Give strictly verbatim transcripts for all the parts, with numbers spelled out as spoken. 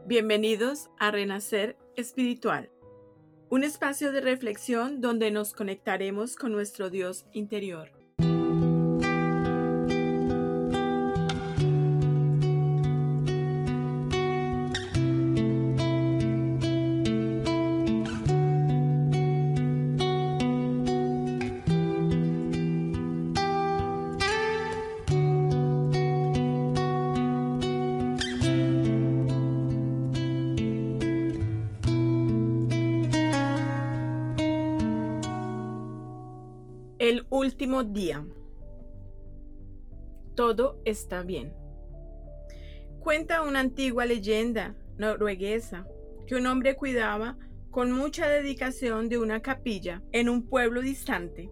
Bienvenidos a Renacer Espiritual, un espacio de reflexión donde nos conectaremos con nuestro Dios interior. El último día. Todo está bien. Cuenta una antigua leyenda norueguesa que un hombre cuidaba con mucha dedicación de una capilla en un pueblo distante.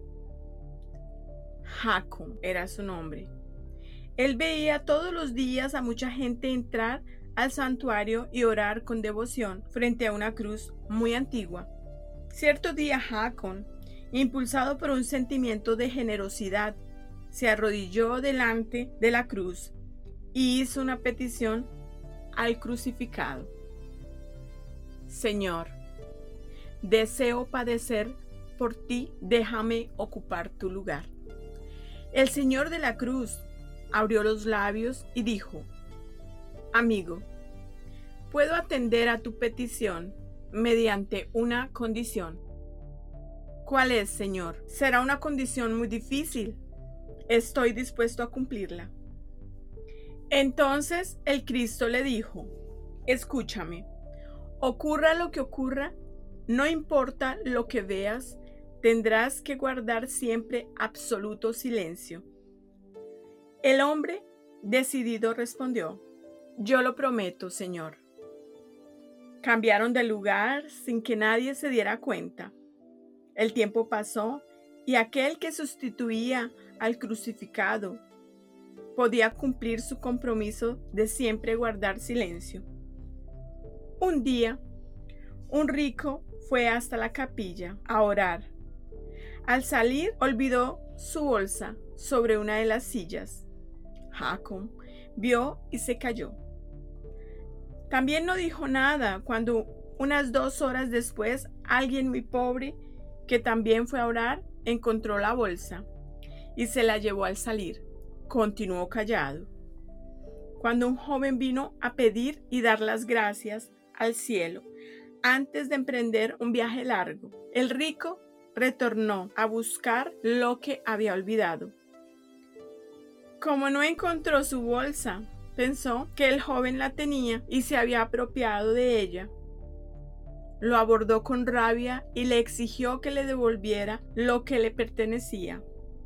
Hakon era su nombre. Él veía todos los días a mucha gente entrar al santuario y orar con devoción frente a una cruz muy antigua. Cierto día Hakon, impulsado por un sentimiento de generosidad, se arrodilló delante de la cruz y hizo una petición al crucificado. Señor, deseo padecer por ti, déjame ocupar tu lugar. El Señor de la cruz abrió los labios y dijo: Amigo, puedo atender a tu petición mediante una condición. ¿Cuál es, Señor? Será una condición muy difícil. Estoy dispuesto a cumplirla. Entonces el Cristo le dijo: Escúchame, ocurra lo que ocurra, no importa lo que veas, tendrás que guardar siempre absoluto silencio. El hombre, decidido, respondió: Yo lo prometo, Señor. Cambiaron de lugar sin que nadie se diera cuenta. El tiempo pasó y aquel que sustituía al crucificado podía cumplir su compromiso de siempre guardar silencio. Un día, un rico fue hasta la capilla a orar. Al salir, olvidó su bolsa sobre una de las sillas. Hakon vio y se cayó. También no dijo nada cuando, unas dos horas después, alguien muy pobre que también fue a orar, encontró la bolsa y se la llevó al salir. Continuó callado. Cuando un joven vino a pedir y dar las gracias al cielo antes de emprender un viaje largo, el rico retornó a buscar lo que había olvidado. Como no encontró su bolsa, pensó que el joven la tenía y se había apropiado de ella. Lo abordó con rabia y le exigió que le devolviera lo que le pertenecía.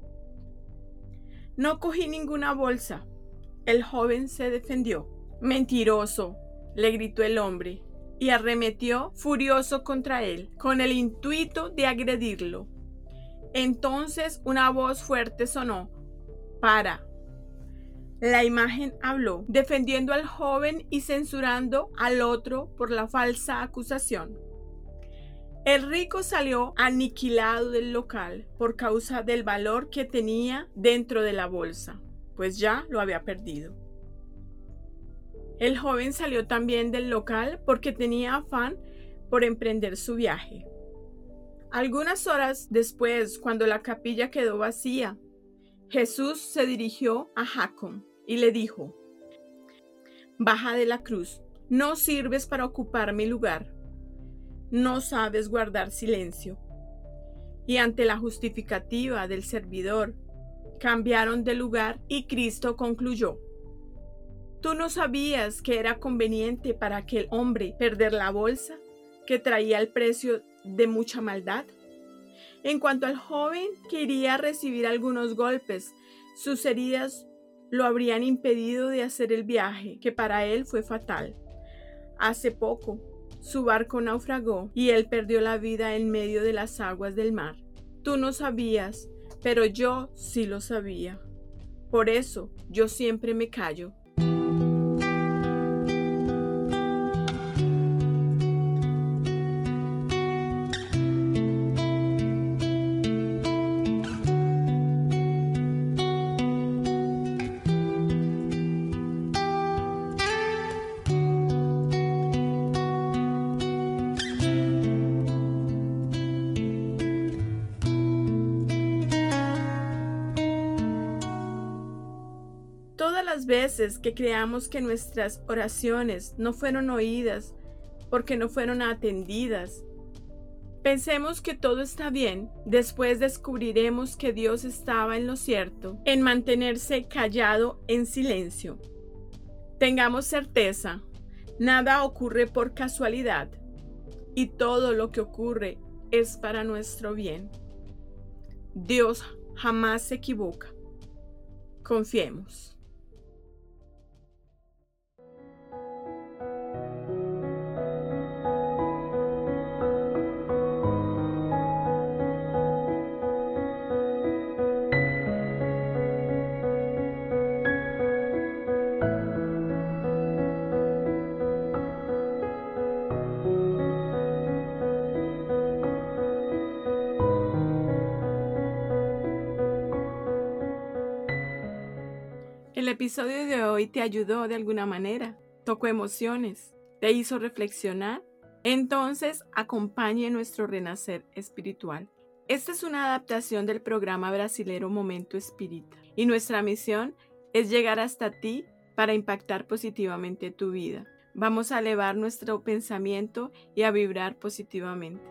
No cogí ninguna bolsa. El joven se defendió. Mentiroso, le gritó el hombre y arremetió furioso contra él, con el intuito de agredirlo. Entonces una voz fuerte sonó: ¡Para! La imagen habló, defendiendo al joven y censurando al otro por la falsa acusación. El rico salió aniquilado del local por causa del valor que tenía dentro de la bolsa, pues ya lo había perdido. El joven salió también del local porque tenía afán por emprender su viaje. Algunas horas después, cuando la capilla quedó vacía, Jesús se dirigió a Hakon y le dijo: Baja de la cruz, no sirves para ocupar mi lugar, no sabes guardar silencio. Y ante la justificativa del servidor, cambiaron de lugar y Cristo concluyó: ¿Tú no sabías que era conveniente para aquel hombre perder la bolsa que traía el precio de mucha maldad? En cuanto al joven que iría a recibir algunos golpes, sus heridas lo habrían impedido de hacer el viaje, que para él fue fatal. Hace poco, su barco naufragó y él perdió la vida en medio de las aguas del mar. Tú no sabías, pero yo sí lo sabía. Por eso yo siempre me callo. las veces que creamos que nuestras oraciones no fueron oídas porque no fueron atendidas, pensemos que todo está bien, después descubriremos que Dios estaba en lo cierto, en mantenerse callado en silencio. Tengamos certeza, nada ocurre por casualidad y todo lo que ocurre es para nuestro bien. Dios jamás se equivoca. Confiemos. El episodio de hoy te ayudó de alguna manera, tocó emociones, te hizo reflexionar. Entonces, acompañe nuestro renacer espiritual. Esta es una adaptación del programa brasilero Momento Espírita y nuestra misión es llegar hasta ti para impactar positivamente tu vida. Vamos a elevar nuestro pensamiento y a vibrar positivamente.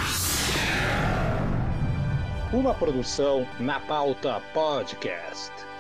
Uma produção Na Pauta Podcast.